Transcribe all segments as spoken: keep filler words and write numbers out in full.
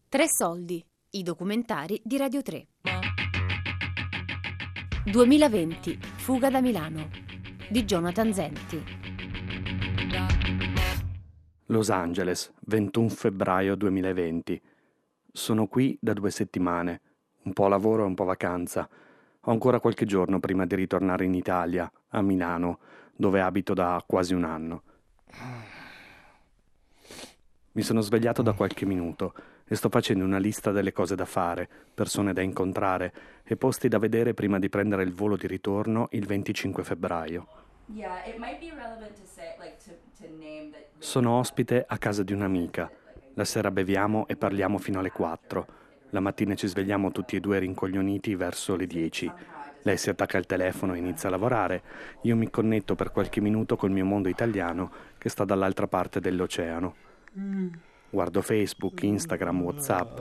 Tre soldi, i documentari di Radio tre. duemilaventi, Fuga da Milano, di Jonathan Zenti. Los Angeles, ventuno febbraio duemilaventi. Sono qui da due settimane, un po' lavoro e un po' vacanza. Ho ancora qualche giorno prima di ritornare in Italia, a Milano, dove abito da quasi un anno. Mi sono svegliato da qualche minuto e sto facendo una lista delle cose da fare, persone da incontrare e posti da vedere prima di prendere il volo di ritorno il venticinque febbraio. Sono ospite a casa di un'amica. La sera beviamo e parliamo fino alle quattro. La mattina ci svegliamo tutti e due rincoglioniti verso le dieci. Lei si attacca al telefono e inizia a lavorare. Io mi connetto per qualche minuto col mio mondo italiano che sta dall'altra parte dell'oceano. Guardo Facebook, Instagram, WhatsApp.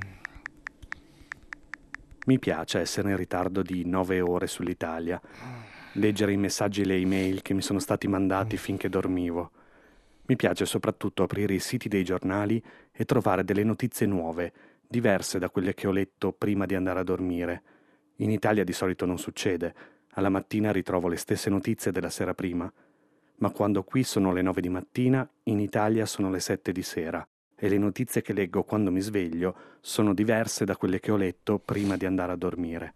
Mi piace essere in ritardo di nove ore sull'Italia, leggere i messaggi e le email che mi sono stati mandati finché dormivo. Mi piace soprattutto aprire i siti dei giornali e trovare delle notizie nuove, diverse da quelle che ho letto prima di andare a dormire. In Italia di solito non succede, alla mattina ritrovo le stesse notizie della sera prima, ma quando qui sono le nove di mattina, in Italia sono le sette di sera. E le notizie che leggo quando mi sveglio sono diverse da quelle che ho letto prima di andare a dormire.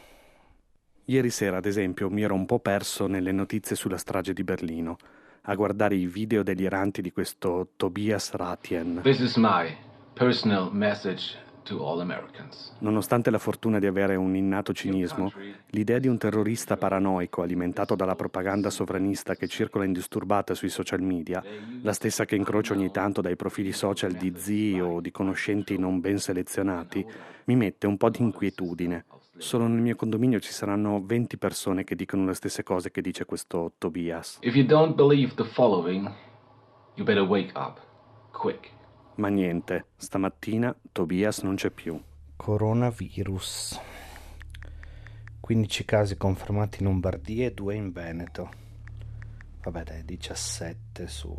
Ieri sera, ad esempio, mi ero un po' perso nelle notizie sulla strage di Berlino, a guardare i video deliranti di questo Tobias Ratien. This is my personal message to all Americans. Nonostante la fortuna di avere un innato cinismo, l'idea di un terrorista paranoico alimentato dalla propaganda sovranista che circola indisturbata sui social media, la stessa che incrocio ogni tanto dai profili social di zii o di conoscenti non ben selezionati, mi mette un po' di inquietudine. Solo nel mio condominio ci saranno venti persone che dicono le stesse cose che dice questo Tobias. If you don't believe the following, you better wake up, quick. Ma niente, stamattina Tobias non c'è più. Coronavirus. quindici casi confermati in Lombardia e due in Veneto. Vabbè dai, diciassette su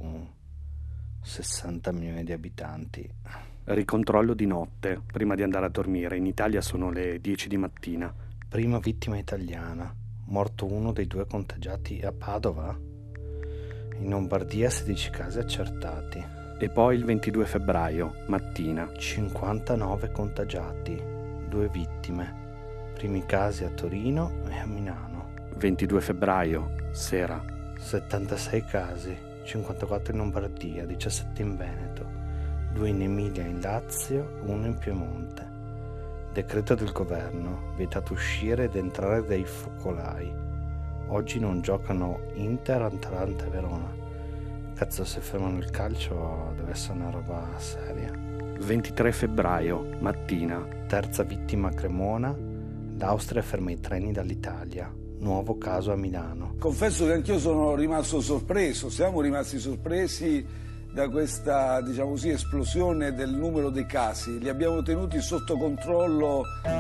sessanta milioni di abitanti. Ricontrollo di notte, prima di andare a dormire. In Italia sono le dieci di mattina. Prima vittima italiana. Morto uno dei due contagiati a Padova. In Lombardia sedici casi accertati. E poi il ventidue febbraio, mattina. cinquantanove contagiati, due vittime. Primi casi a Torino e a Milano. ventidue febbraio, sera. settantasei casi, cinquantaquattro in Lombardia, diciassette in Veneto, due in Emilia e in Lazio, uno in Piemonte. Decreto del governo, vietato uscire ed entrare dai focolai. Oggi non giocano Inter, Atalanta e Verona. Cazzo, se fermano il calcio deve essere una roba seria. ventitré febbraio, mattina. Terza vittima a Cremona. L'Austria ferma i treni dall'Italia. Nuovo caso a Milano. Confesso che anch'io sono rimasto sorpreso. Siamo rimasti sorpresi da questa, diciamo così, esplosione del numero dei casi. Li abbiamo tenuti sotto controllo.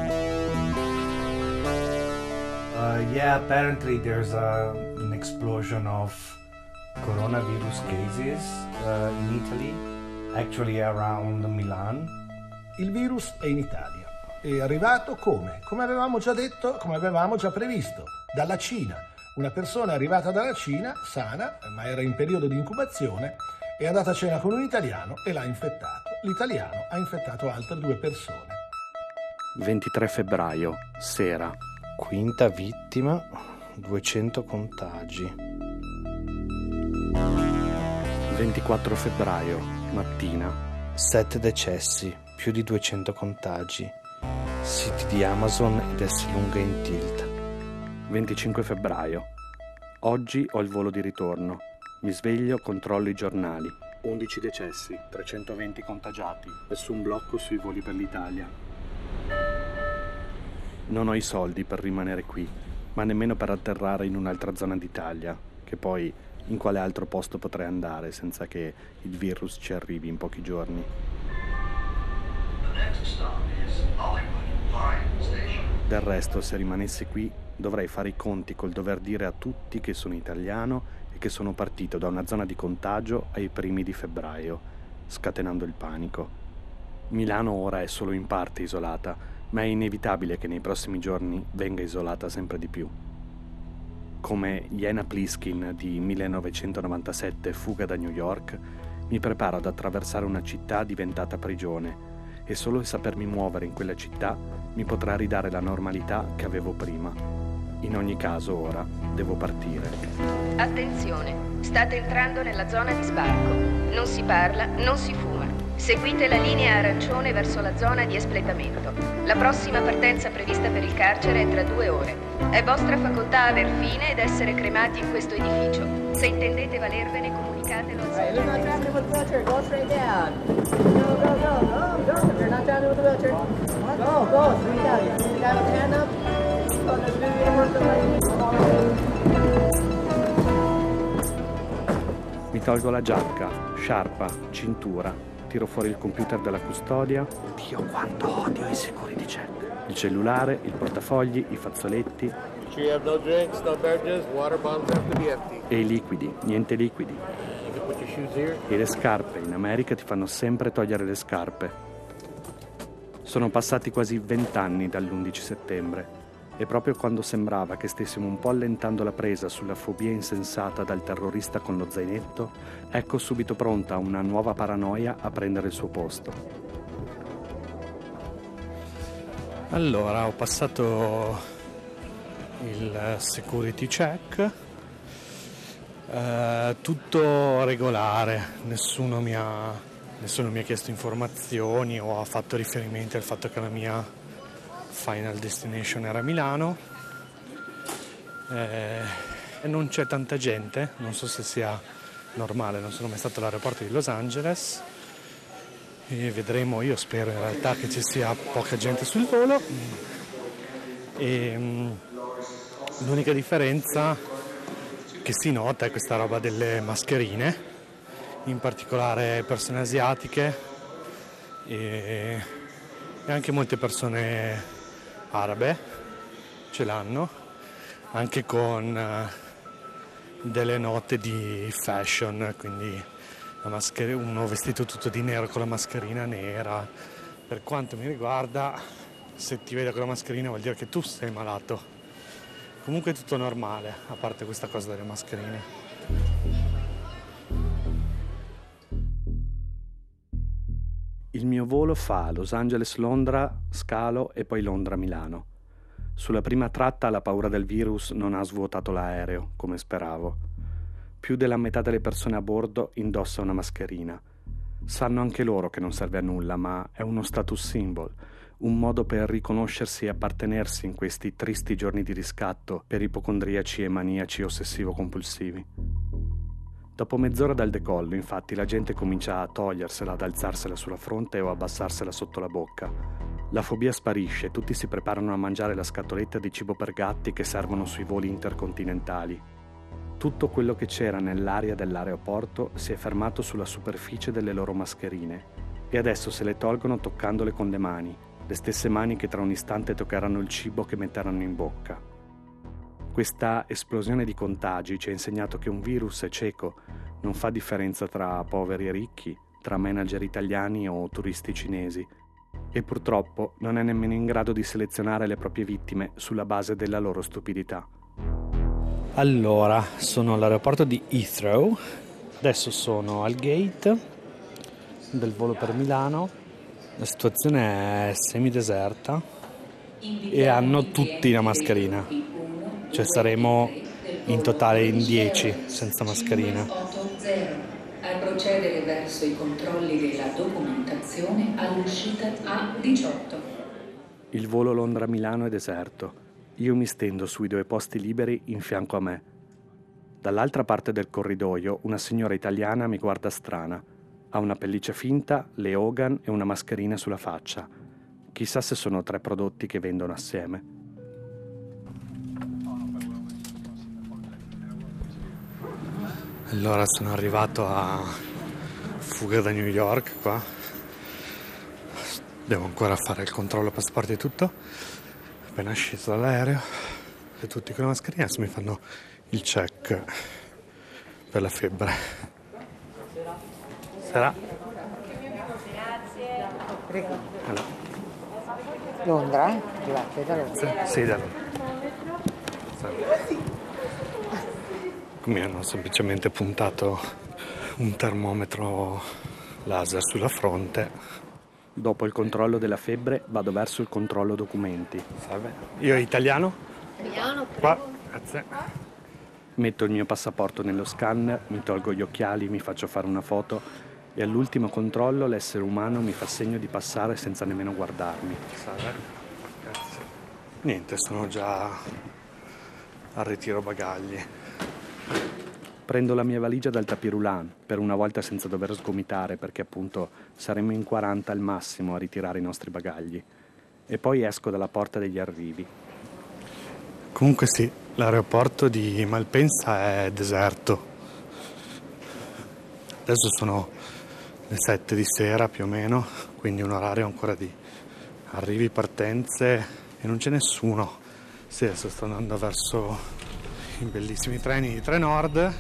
Uh, yeah, apparently there's a, an explosion of coronavirus cases uh, in Italy, actually around Milan. Il virus è in Italia. È arrivato come? Come avevamo già detto, come avevamo già previsto, dalla Cina. Una persona è arrivata dalla Cina, sana, ma era in periodo di incubazione, è andata a cena con un italiano e l'ha infettato. L'italiano ha infettato altre due persone. ventitré febbraio, sera. Quinta vittima, duecento contagi. ventiquattro febbraio, mattina. sette decessi, più di duecento contagi. Siti di Amazon ed Esselunga in tilt. venticinque febbraio. Oggi ho il volo di ritorno. Mi sveglio, controllo i giornali. undici decessi, trecentoventi contagiati. Nessun blocco sui voli per l'Italia. Non ho i soldi per rimanere qui, ma nemmeno per atterrare in un'altra zona d'Italia, che poi in quale altro posto potrei andare senza che il virus ci arrivi in pochi giorni. Del resto, se rimanessi qui, dovrei fare i conti col dover dire a tutti che sono italiano e che sono partito da una zona di contagio ai primi di febbraio, scatenando il panico. Milano ora è solo in parte isolata, ma è inevitabile che nei prossimi giorni venga isolata sempre di più. Come Jena Pliskin di millenovecentonovantasette Fuga da New York, mi preparo ad attraversare una città diventata prigione e solo il sapermi muovere in quella città mi potrà ridare la normalità che avevo prima. In ogni caso ora devo partire. Attenzione, state entrando nella zona di sbarco. Non si parla, non si fuma. Seguite la linea arancione verso la zona di espletamento. La prossima partenza prevista per il carcere è tra due ore. È vostra facoltà aver fine ed essere cremati in questo edificio. Se intendete valervene, comunicatelo al Mi tolgo la giacca, sciarpa, cintura, tiro fuori il computer della custodia. Dio, quanto odio i security check. Il cellulare, il portafogli, i fazzoletti. No drinks, no beverages, water bottles have to be empty. E i liquidi, niente liquidi. You can put your shoes here. E le scarpe, in America ti fanno sempre togliere le scarpe. Sono passati quasi vent'anni dall'undici settembre e proprio quando sembrava che stessimo un po' allentando la presa sulla fobia insensata dal terrorista con lo zainetto, ecco subito pronta una nuova paranoia a prendere il suo posto. Allora, ho passato il security check, eh, tutto regolare, nessuno mi ha, nessuno mi ha chiesto informazioni o ha fatto riferimento al fatto che la mia final destination era Milano. Eh, e non c'è tanta gente, non so se sia normale, non sono mai stato all'aeroporto di Los Angeles e vedremo, io spero in realtà che ci sia poca gente sul volo. E mh, l'unica differenza che si nota è questa roba delle mascherine, in particolare persone asiatiche e, e anche molte persone arabe ce l'hanno, anche con uh, delle note di fashion, quindi la maschera, uno vestito tutto di nero con la mascherina nera. Per quanto mi riguarda, se ti vedo con la mascherina vuol dire che tu sei malato. Comunque è tutto normale, a parte questa cosa delle mascherine. Il mio volo fa Los Angeles-Londra, scalo e poi Londra-Milano. Sulla prima tratta la paura del virus non ha svuotato l'aereo, come speravo. Più della metà delle persone a bordo indossa una mascherina. Sanno anche loro che non serve a nulla, ma è uno status symbol, un modo per riconoscersi e appartenersi in questi tristi giorni di riscatto per ipocondriaci e maniaci ossessivo-compulsivi. Dopo mezz'ora dal decollo, infatti, la gente comincia a togliersela, ad alzarsela sulla fronte o abbassarsela sotto la bocca. La fobia sparisce, tutti si preparano a mangiare la scatoletta di cibo per gatti che servono sui voli intercontinentali. Tutto quello che c'era nell'aria dell'aeroporto si è fermato sulla superficie delle loro mascherine e adesso se le tolgono toccandole con le mani, le stesse mani che tra un istante toccheranno il cibo che metteranno in bocca. Questa esplosione di contagi ci ha insegnato che un virus è cieco, non fa differenza tra poveri e ricchi, tra manager italiani o turisti cinesi, e purtroppo non è nemmeno in grado di selezionare le proprie vittime sulla base della loro stupidità. Allora, sono all'aeroporto di Heathrow, adesso sono al gate del volo per Milano, la situazione è semideserta e hanno tutti la mascherina. Cioè saremo in totale in dieci senza mascherina. A procedere verso i controlli della documentazione all'uscita A diciotto. Il volo Londra-Milano è deserto. Io mi stendo sui due posti liberi in fianco a me. Dall'altra parte del corridoio una signora italiana mi guarda strana. Ha una pelliccia finta, le Hogan e una mascherina sulla faccia. Chissà se sono tre prodotti che vendono assieme. Allora sono arrivato a Fuga da New York qua. Devo ancora fare il controllo passaporti e tutto. Appena sceso dall'aereo e tutti con la mascherina adesso mi fanno il check per la febbre. Sarà? Grazie. Prego. Allora. Londra, eh? Arrivate da Londra? Sì, da Londra. Mi hanno semplicemente puntato un termometro laser sulla fronte. Dopo il controllo della febbre vado verso il controllo documenti. Salve. Io italiano? Italiano, Qua, grazie. Metto il mio passaporto nello scanner, mi tolgo gli occhiali, mi faccio fare una foto e all'ultimo controllo l'essere umano mi fa segno di passare senza nemmeno guardarmi. Salve. Grazie. Niente, sono già al ritiro bagagli. Prendo la mia valigia dal tapirulan, per una volta senza dover sgomitare, perché appunto saremmo in quaranta al massimo a ritirare i nostri bagagli. E poi esco dalla porta degli arrivi. Comunque sì, l'aeroporto di Malpensa è deserto. Adesso sono le sette di sera più o meno, quindi un orario ancora di arrivi, partenze e non c'è nessuno. Sì, adesso sto andando verso i bellissimi treni di Trenord.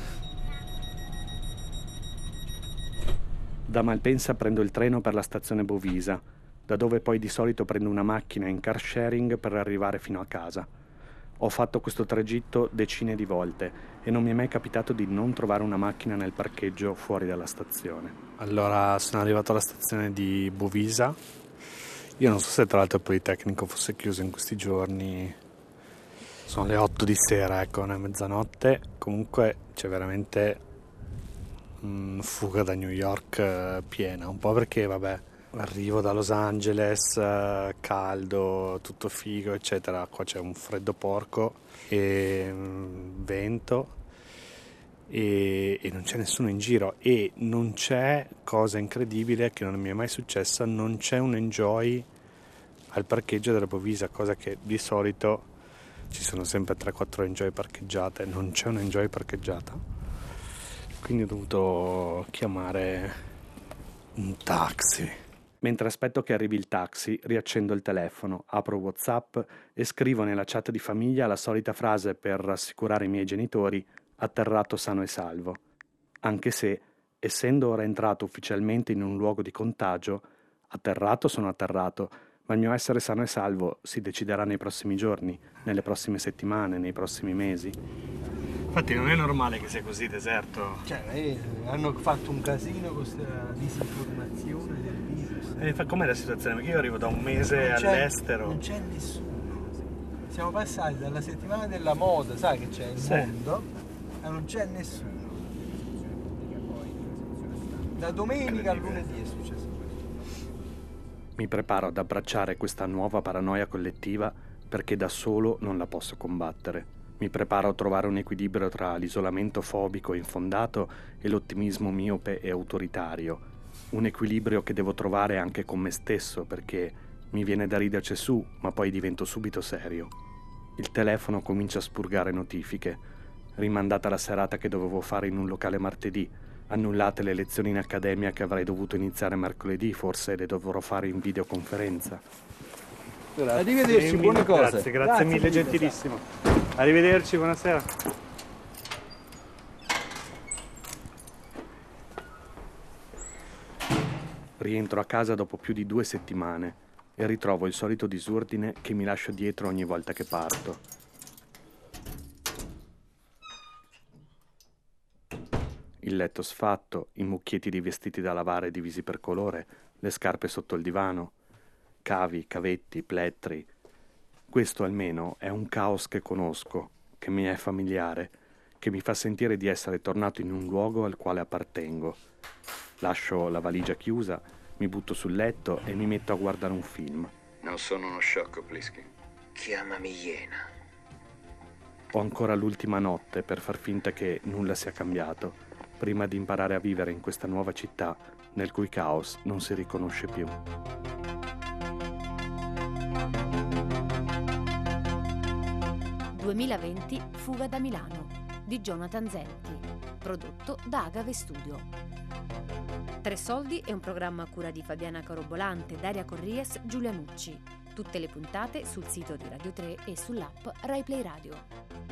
Da Malpensa prendo il treno per la stazione Bovisa, da dove poi di solito prendo una macchina in car sharing per arrivare fino a casa. Ho fatto questo tragitto decine di volte e non mi è mai capitato di non trovare una macchina nel parcheggio fuori dalla stazione. Allora sono arrivato alla stazione di Bovisa. Io non so se tra l'altro il Politecnico fosse chiuso in questi giorni. Sono le otto di sera, ecco, non è mezzanotte. Comunque c'è veramente mh, fuga da New York eh, piena, un po' perché vabbè, arrivo da Los Angeles, eh, caldo, tutto figo, eccetera. Qua c'è un freddo porco e mh, vento e, e non c'è nessuno in giro e non c'è, cosa incredibile che non mi è mai successa, non c'è un enjoy al parcheggio della Bovisa, cosa che di solito ci sono sempre tre quattro enjoy parcheggiate, non c'è un enjoy parcheggiata. Quindi ho dovuto chiamare un taxi. Mentre aspetto che arrivi il taxi, riaccendo il telefono, apro WhatsApp e scrivo nella chat di famiglia la solita frase per rassicurare i miei genitori: atterrato sano e salvo. Anche se, essendo ora entrato ufficialmente in un luogo di contagio, atterrato sono atterrato, ma il mio essere sano e salvo si deciderà nei prossimi giorni, nelle prossime settimane, nei prossimi mesi. Infatti non è normale che sia così deserto. Cioè, eh, hanno fatto un casino con questa disinformazione del virus. E com'è la situazione? Perché io arrivo da un mese non all'estero. Non c'è nessuno. Siamo passati dalla settimana della moda, sai che c'è il sì. mondo, e non c'è nessuno. Da domenica a lunedì è successo questo. Mi preparo ad abbracciare questa nuova paranoia collettiva perché da solo non la posso combattere. Mi preparo a trovare un equilibrio tra l'isolamento fobico infondato e l'ottimismo miope e autoritario. Un equilibrio che devo trovare anche con me stesso perché mi viene da riderci su, ma poi divento subito serio. Il telefono comincia a spurgare notifiche. Rimandata la serata che dovevo fare in un locale martedì. Annullate le lezioni in accademia che avrei dovuto iniziare mercoledì, forse le dovrò fare in videoconferenza. Grazie. Arrivederci, buone cose. Grazie, grazie, grazie mille, gentilissimo. Arrivederci, buonasera. Rientro a casa dopo più di due settimane e ritrovo il solito disordine che mi lascio dietro ogni volta che parto. Il letto sfatto, i mucchietti di vestiti da lavare divisi per colore, le scarpe sotto il divano, cavi, cavetti, plettri. Questo almeno è un caos che conosco, che mi è familiare, che mi fa sentire di essere tornato in un luogo al quale appartengo. Lascio la valigia chiusa, mi butto sul letto e mi metto a guardare un film. Non sono uno sciocco, Plisky. Chiamami Iena. Ho ancora l'ultima notte per far finta che nulla sia cambiato, prima di imparare a vivere in questa nuova città nel cui caos non si riconosce più. duemilaventi Fuga da Milano di Jonathan Zenti, prodotto da Agave Studio. Tre soldi è un programma a cura di Fabiana Carobolante, Daria Corries, Giulia Nucci. Tutte le puntate sul sito di Radio tre e sull'app Rai Play Radio.